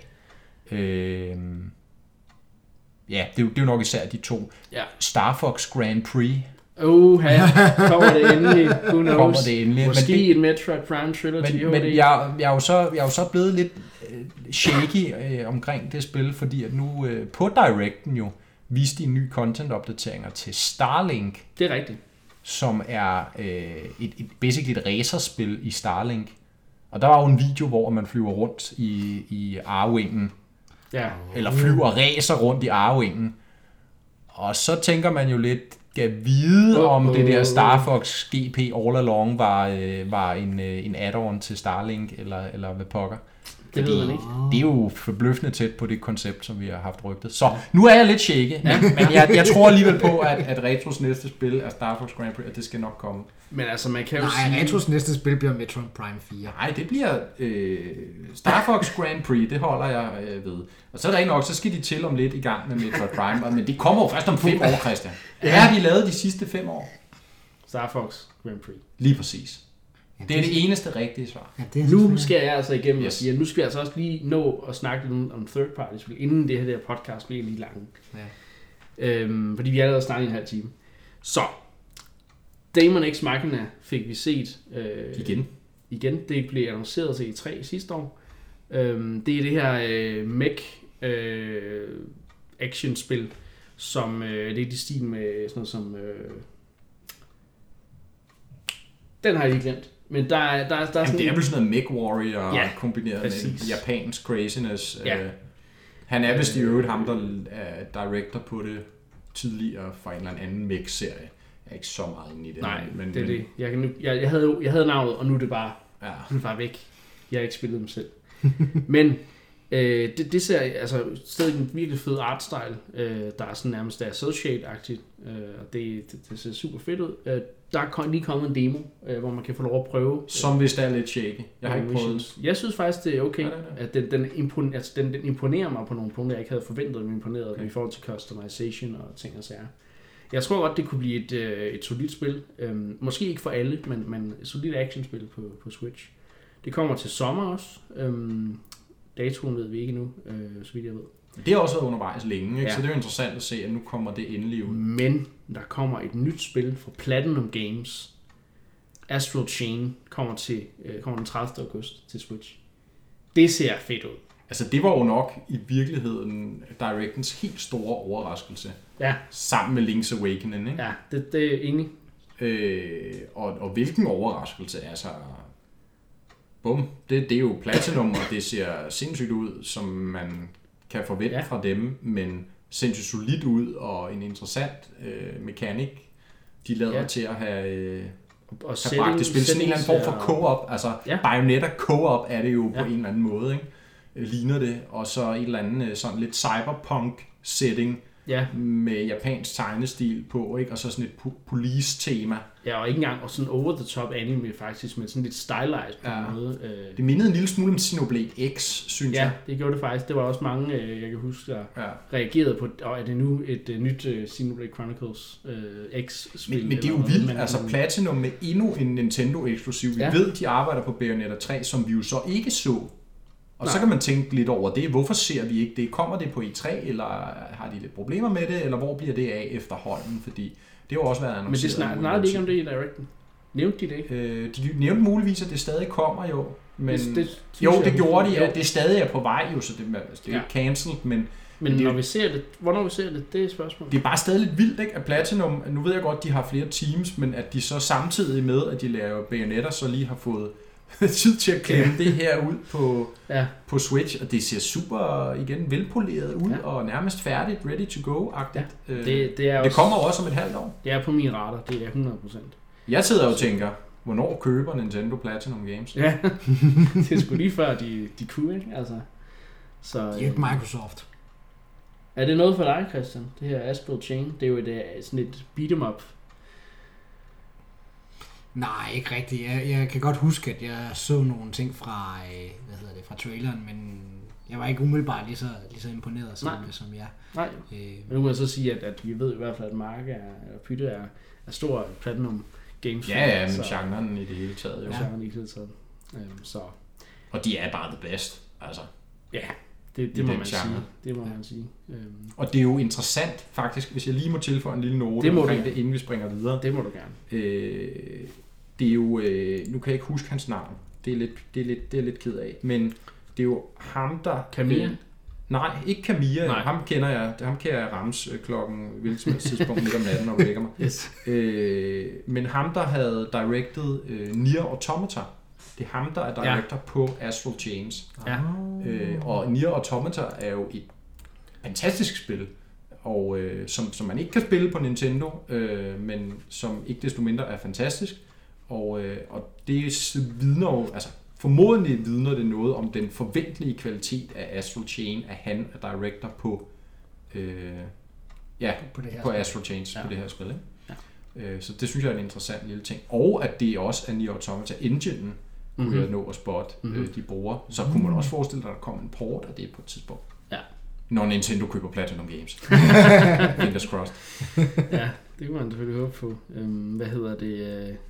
Øhm, ja, det er, jo, det er jo nok især de to. Ja. Star Fox Grand Prix. Åh, ja. Kommer det endelig? Who knows? Kommer det endelig? Måske det, en Metroid Prime Trilogy. Men, men jeg, jeg, er jo så, jeg er jo så blevet lidt øh, shaky øh, omkring det spil, fordi at nu øh, på Directen jo, viste de nye content-opdateringer til Starlink. Det er rigtigt. Som er øh, et, et basically et racerspil i Starlink. Og der var jo en video, hvor man flyver rundt i, i Arwingen. Ja. Eller flyver og racer rundt i Arwingen. Og så tænker man jo lidt, kan vide om det der Star Fox G P All Along var, øh, var en, øh, en add-on til Starlink, eller, eller hvad pokker. Det ved man ikke. Det er jo forbløffende tæt på det koncept, som vi har haft rygtet. Så nu er jeg lidt shaky, ja. men, men jeg, jeg tror alligevel på, at, at Retros næste spil er Star Fox Grand Prix, at det skal nok komme. Men altså, man kan jo Nej, sige... Retros næste spil bliver Metroid Prime fire. Nej, det bliver øh, Star Fox Grand Prix, det holder jeg øh, ved. Og så er det nok, så skal de til om lidt i gang med Metroid Prime, men det kommer jo først om fem år, Christian. Hvad har de lavet de sidste fem år? Star Fox Grand Prix. Lige præcis. Det er det eneste rigtige svar. Ja, det nu skal jeg altså igennem yes. og sige, at nu skal jeg altså også lige nå at snakke lidt om third party spil, inden det her der podcast bliver lige lang. Ja. Øhm, fordi vi har allerede snakket i en halv time. Så, Daemon X Machina fik vi set. Øh, igen. Igen. Det blev annonceret til E tre sidste år. Øhm, det er det her øh, mech øh, action-spil, som øh, det er i stil med sådan noget som... Øh, den har jeg lige glemt. Men der er, der, der er sådan... Jamen, det er vel sådan noget Mech Warrior ja, kombineret præcis. med japansk craziness. Ja. Han er vist i øvrigt ham, der er director på det tidligere fra en eller anden mech-serie. Jeg er ikke så meget inde i det. Nej, men, det er men... det. Jeg, kan nu, jeg, jeg, havde, jeg havde navnet, og nu er det bare, ja. nu er det bare væk. Jeg har ikke spillet dem selv. Men øh, det, det ser altså stadig en virkelig fed artstyle. Øh, der er sådan nærmest der cel-shade-agtigt. Øh, og det, det, det ser super fedt ud. Øh, der er lige kommet en demo, øh, hvor man kan få lov at prøve. Som hvis det er lidt shaky. Jeg har ikke prøvet. Jeg synes faktisk, det er okay. Ja, det er det. At den, den, impon, altså, den, den imponerer mig på nogle punkter, jeg ikke havde forventet, at den imponerede okay. i forhold til customization og ting og sager. Jeg tror godt, det kunne blive et, øh, et solidt spil. Øhm, måske ikke for alle, men, men et solidt actionspil på, på Switch. Det kommer til sommer også. Øhm, Datoen ved vi ikke nu, øh, så vidt jeg ved. Det har også været undervejs længe, ikke? Ja. Så det er jo interessant at se, at nu kommer det endelig ud. Men der kommer et nyt spil fra Platinum Games. Astral Chain kommer, til, øh, kommer den tredivte august til Switch. Det ser fedt ud. Altså det var jo nok i virkeligheden Directens helt store overraskelse. Ja. Sammen med Link's Awakening, ikke? Ja, det, det er enig. Øh, og, og hvilken overraskelse, altså... Bum, det, det er jo Platinum, og det ser sindssygt ud, som man kan forvente ja. fra dem, men sindssygt solidt ud, og en interessant øh, mekanik, de lader ja. til at have... Øh, og have bragt det spil. Sådan en eller anden form for co-op, altså ja. Bayonetta co-op er det jo ja. på en eller anden måde, ikke? Ligner det, og så et eller andet sådan lidt cyberpunk setting ja. med japansk tegnestil på, ikke? Og så sådan et police-tema. Ja, og ikke engang og sådan over-the-top anime faktisk, men sådan lidt stylized på ja. en måde. Det mindede en lille smule om Xenoblade X, synes ja, jeg. Ja, det gjorde det faktisk. Det var også mange, jeg kan huske, der ja. reagerede på, og er det nu et uh, nyt uh, Xenoblade Chronicles uh, X-spil? Men, men det er jo vildt, altså Platinum med endnu en Nintendo-eksklusiv. Vi ja. ved, de arbejder på Bayonetta tre, som vi jo så ikke så. Og Nej. så kan man tænke lidt over det. Hvorfor ser vi ikke det? Kommer det på E tre, eller har de lidt problemer med det, eller hvor bliver det af efterhånden? Fordi det har jo også været annonceret. Men det snak, nej, det ikke om det i Directen. Nævnte de det ikke? Øh, de nævnte muligvis, at det stadig kommer jo. Men, det, det, jo, det gjorde de, at det stadig er på vej jo, så det, altså, det er ja. ikke cancelled, men... Men det, når vi ser det, hvornår vi ser det, det er et spørgsmål. Det er bare stadig lidt vildt, ikke? At Platinum, nu ved jeg godt, de har flere teams, men at de så samtidig med, at de laver Bayonetta, så lige har fået tid til at klemme ja. det her ud på, ja. på Switch, og det ser super, igen, velpoleret ud, ja. og nærmest færdigt, ready to go-agtigt. Ja. Det, det, er det også, kommer også om et halvt år. Det er på min radar, det er hundrede procent. Jeg sidder og tænker, hvornår køber Nintendo Platinum Games? Ja, det er sgu lige før, de, de kunne, ikke? Altså, så, det er ikke Microsoft. Er det noget for dig, Christian? Det her Astral Chain, det er jo et, sådan et beat'em up. Nej, ikke rigtigt. Jeg, jeg kan godt huske, at jeg så nogle ting fra, hvad hedder det, fra traileren, men jeg var ikke umiddelbart lige så, lige så imponeret som, som jeg. Nej, øh, men nu kan jeg så sige, at, at vi ved i hvert fald, at Mark er, eller Pytte er, er stor Platinum Games. Ja, ja, men så, genren i det hele taget. Jo. Ja, genren i det hele taget. Øhm, så. Og de er bare the best, altså. Ja, det, det må man genre. sige. Det må ja. man sige. Øhm. Og det er jo interessant faktisk, hvis jeg lige må tilføje en lille note det omkring det, inden vi springer videre. Det må du gerne. Øh, det er jo, øh, nu kan jeg ikke huske hans navn. Det er lidt, det er lidt, det er lidt ked af. Men det er jo ham, der... Camilla? Øh, nej, ikke Camilla. Nej. Ham kender jeg. Ham kan jeg rammes øh, klokken hvilket som helst tidspunkt midt om natten, når du vækker mig. Yes. Øh, men ham, der havde directed øh, Nier Automata. Det er ham, der er director ja. på Astral Chains. Ja. Øh, og Nier Automata er jo et fantastisk spil, og øh, som, som man ikke kan spille på Nintendo, øh, men som ikke desto mindre er fantastisk. Og, øh, og det vidner jo, altså formodentlig vidner det noget om den forventelige kvalitet af Astral Chain, at han er director på, øh, ja, på, det her på Astral Chains, ja. på det her spil. Ikke? Ja. Øh, så det synes jeg er en interessant lille ting. Og at det også er Nier Automata engine, kunne mm-hmm. jeg nå at spotte, mm-hmm. øh, de bruger. Så kunne man også forestille sig, at der kommer en port af det på et tidspunkt. Ja. Når Nintendo køber Platinum Games. Fingers crossed. Ja, det kan man selvfølgelig håbe på. Øhm, hvad hedder det? Øh...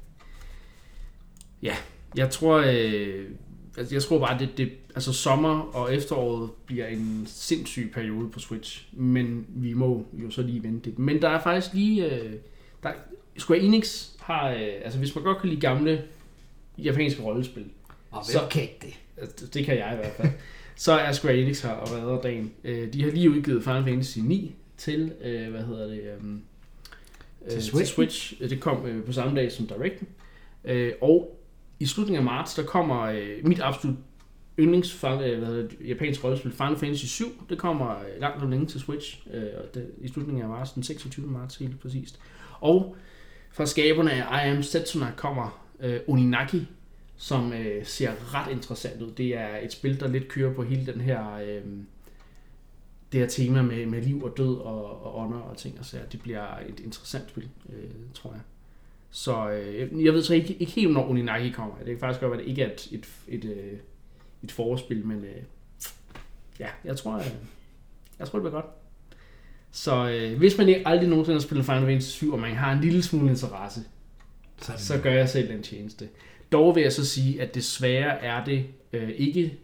Ja, jeg tror, øh... altså, jeg tror bare, det, det altså sommer og efteråret bliver en sindssyg periode på Switch. Men vi må jo så lige vente det. Men der er faktisk lige... Øh... Der... Square Enix har... Øh... Altså, hvis man godt kan lide gamle japanske rollespil. Og hvem kan ikke det? Altså, det kan jeg i hvert fald. Så er Square Enix her og redder dagen. De har lige udgivet Final Fantasy ni til, hvad hedder det, um, til, Switch. til Switch. Det kom uh, på samme dag som Directen. Uh, og i slutningen af marts, der kommer uh, mit absolut yndlings uh, det, japansk rollespil, Final Fantasy syv. Det kommer uh, langt om længe til Switch uh, det, i slutningen af marts, den seksogtyvende marts helt præcist. Og fra skaberne af I Am Setsuna kommer uh, Oninaki, som øh, ser ret interessant ud. Det er et spil, der lidt kører på hele den her, øh, det her tema med, med liv og død og, og ånder og ting og sager. Det bliver et interessant spil, øh, tror jeg. Så øh, jeg ved så ikke, ikke helt, når Oninaki kommer. Det kan faktisk godt være, at det ikke er et, et, et, et, et forspil, men øh, ja, jeg tror, øh, jeg tror, det bliver godt. Så øh, hvis man ikke aldrig nogensinde har spillet Final Fantasy syv, og man har en lille smule interesse, så, så gør jeg selv den tjeneste. Dog vil jeg så sige, at desværre er det øh, ikke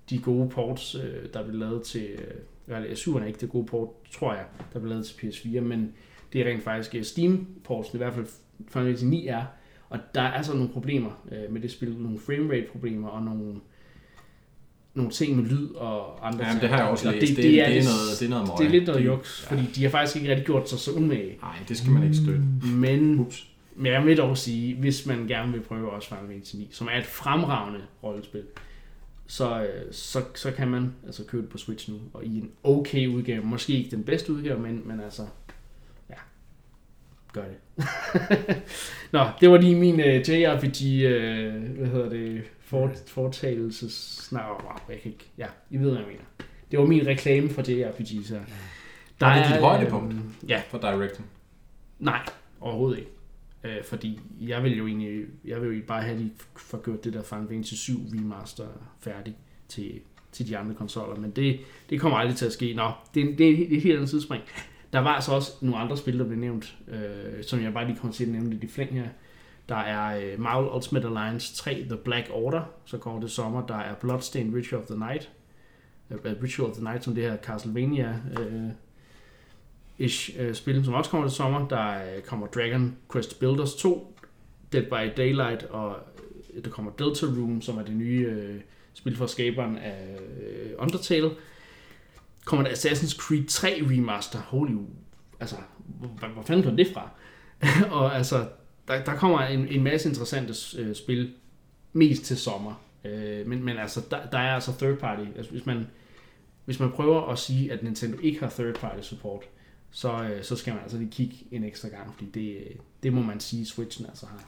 de gode ports, øh, der blev lavet til... Øh, syveren er ikke det gode port, tror jeg, der blev lavet til P S fire, men det er rent faktisk Steam-ports, i hvert fald Final Fantasy ni er. Og der er altså nogle problemer øh, med det spil, nogle framerate-problemer og nogle, nogle ting med lyd og andre ja, ting. Det har jeg også læst. Det, det, det, det, er, det, er noget, det er noget møg. Det er lidt noget juks, ja. Fordi de har faktisk ikke rigtig gjort sig så umage. Nej, det skal man ikke støtte. Men, Ups. men jeg vil dog sige, hvis man gerne vil prøve også Final Fantasy ni, som er et fremragende rollespil, så, så, så kan man altså købe det på Switch nu, og i en okay udgave. Måske ikke den bedste udgave, men, men altså, ja, gør det. Nå, det var lige min uh, J R P G, uh, hvad hedder det, for, fortagelses... Nej, jeg kan ikke... Ja, I ved, hvad jeg mener. Det var min reklame for J R P G, så... Der var det er, dit højdepunkt øh, ja. for Directen? Nej, overhovedet ikke. Øh, fordi jeg vil jo egentlig jeg vil jo bare have de for gjort det der Final Fantasy syv remaster færdig til, til de andre konsoller, men det, det kommer aldrig til at ske. Nå, det, det er et helt andet tidsspring. Der var altså også nogle andre spil, der blev nævnt, øh, som jeg bare lige kommer til at nævne lidt i flæng her. Der er øh, Marvel Ultimate Alliance tre, The Black Order, så kommer det sommer. Der er Bloodstained Ritual of the Night, uh, Ritual of the Night, som det her Castlevania øh, ish uh, spil, som også kommer til sommer. Der uh, kommer Dragon Quest Builders to, Dead by Daylight, og uh, der kommer Deltarune, som er det nye uh, spil for skaberen af uh, Undertale. Kommer der Assassin's Creed tre remaster. Holy, altså, hvor, hvor fanden kom det fra? Og altså, der, der kommer en, en masse interessante uh, spil, mest til sommer. Uh, men, men altså, der, der er altså third party. Altså, hvis man, hvis man prøver at sige, at Nintendo ikke har third party support, så, så skal man altså lige kigge en ekstra gang, fordi det, det må man sige, Switchen altså har.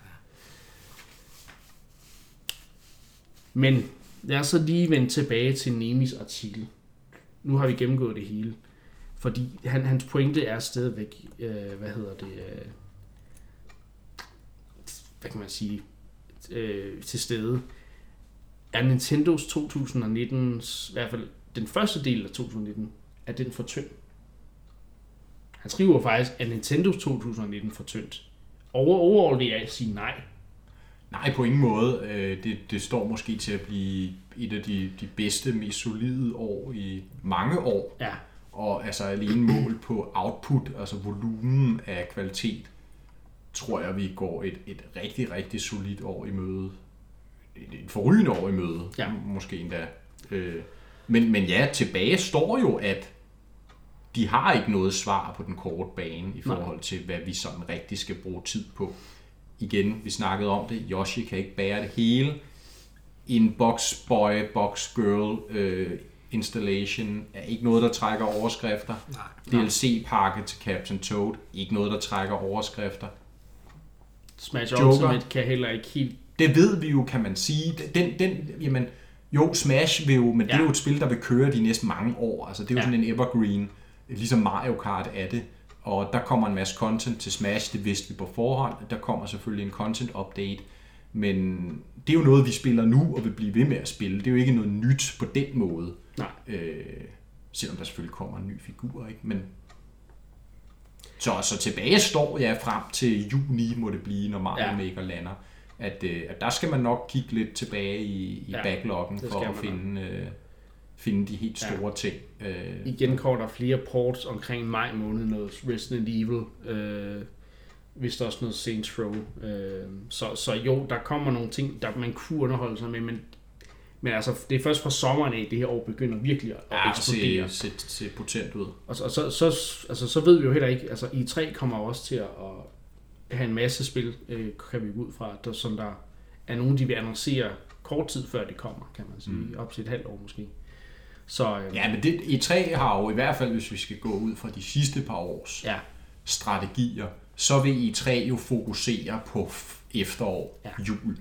Men lad os så lige vende tilbage til Nemis artikel. Nu har vi gennemgået det hele, fordi han, hans pointe er stadigvæk, øh, hvad hedder det, øh, hvad kan man sige, øh, til stede. Er Nintendos to tusind nitten, i hvert fald den første del af to tusind nitten, er den for tynd? Han skriver faktisk, at Nintendos to tusind nitten for tyndt. Over overall vil jeg sige nej. Nej, på ingen måde. Det, det står måske til at blive et af de, de bedste, mest solide år i mange år. Ja. Og altså alene mål på output, altså volumen af kvalitet, tror jeg, vi går et, et rigtig, rigtig solidt år i møde. Et, et forrygende år i møde, ja. Måske endda. Men, men ja, tilbage står jo, at de har ikke noget svar på den korte bane i forhold Nej. Til, hvad vi sådan rigtig skal bruge tid på. Igen, vi snakkede om det, Yoshi kan ikke bære det hele. En box boy, box girl øh, installation er ikke noget, der trækker overskrifter. Nej. D L C-pakke til Captain Toad, ikke noget, der trækker overskrifter. Smash Joker. Ultimate kan heller ikke helt... Det ved vi jo, kan man sige. Den, den, jamen, jo, Smash vil jo, men ja. Det er jo et spil, der vil køre de næste mange år. Altså, det er jo ja. Sådan en evergreen. Ligesom Mario Kart er det, og der kommer en masse content til Smash, det vidste vi på forhånd. Der kommer selvfølgelig en content update, men det er jo noget, vi spiller nu og vil blive ved med at spille. Det er jo ikke noget nyt på den måde. Nej. Øh, selvom der selvfølgelig kommer en ny figur, ikke? Men så, så tilbage står jeg ja, frem til juni, må det blive, når Mario ja. Maker lander, at, øh, at der skal man nok kigge lidt tilbage i, i ja, backloggen for at finde... Øh, finde de helt store ja. Ting. Øh, Igen kommer der flere ports omkring maj måned, noget Resident Evil, øh, hvis der også noget Saints Row. Øh, så, så jo, der kommer nogle ting, der man kunne underholde sig med, men, men altså, det er først fra sommeren af, det her år begynder virkelig at ja, eksplodere. Se, se, se potent ud. Og, så, og så, så, altså, så ved vi jo heller ikke, altså E tre kommer også til at, at have en masse spil, øh, kan vi gå ud fra, der, som der er nogen, de vil annoncere kort tid før det kommer, kan man sige, mm. op til et halvt år måske. Så, øhm, ja, men det, E tre har jo i hvert fald, hvis vi skal gå ud fra de sidste par års ja. Strategier, så vil E tre jo fokusere på efterår, ja. Jul.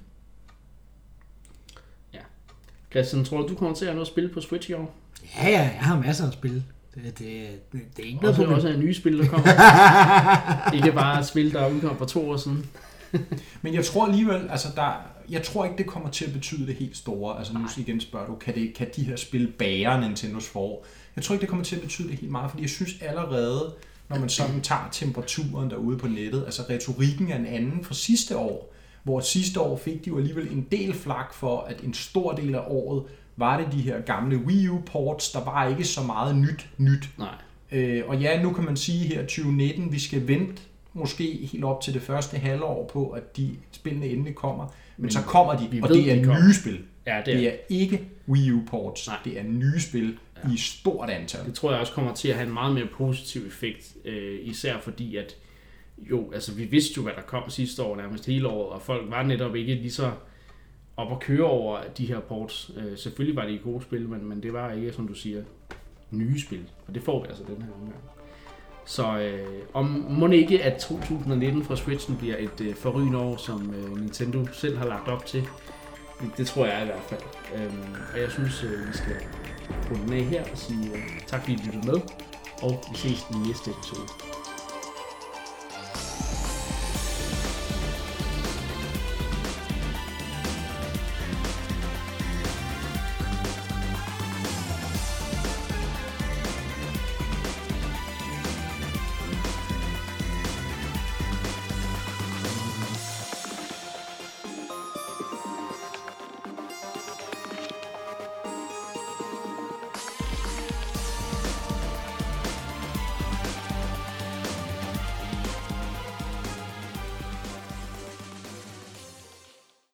Ja. Christian, tror du, du kommer til at have noget at spille på Switch i år? Ja, ja, jeg har masser at spille. Det, det, det, det er ikke noget også, problem. Også er nye spil, der kommer. Ikke bare et spil, der udkom for to år siden. Men jeg tror alligevel, altså der, jeg tror ikke, det kommer til at betyde det helt store. Altså nu igen spørger du, kan, det, kan de her spil bære Nintendos forår? Jeg tror ikke, det kommer til at betyde det helt meget, fordi jeg synes allerede, når man sådan tager temperaturen derude på nettet, altså retorikken er en anden fra sidste år, hvor sidste år fik de jo alligevel en del flak for, at en stor del af året var det de her gamle Wii U-ports. Der var ikke så meget nyt nyt. Nej. Øh, og ja, nu kan man sige her tyve nitten, vi skal vente måske helt op til det første halvår på, at de spillene endelig kommer. Men, Men så kommer de, og ved, det er de nye kommer. spil. Ja, det det, er. er. det er ikke Wii U-ports. Nej. Det er nye spil ja. i stort antal. Det tror jeg også kommer til at have en meget mere positiv effekt, øh, især fordi at jo, altså vi vidste jo, hvad der kom sidste år nærmest hele året, og folk var netop ikke lige så op at køre over de her ports. Øh, selvfølgelig var det i gode spil, men, men det var ikke, som du siger, nye spil, og det får vi altså den her omgang. Så øh, om må ikke, at to tusind nitten fra Switchen bliver et øh, forrygende år, som øh, Nintendo selv har lagt op til. Det tror jeg i hvert fald. Øhm, og jeg synes, øh, vi skal runde den af her og sige øh, tak fordi I lyttede med, og vi ses i næste episode.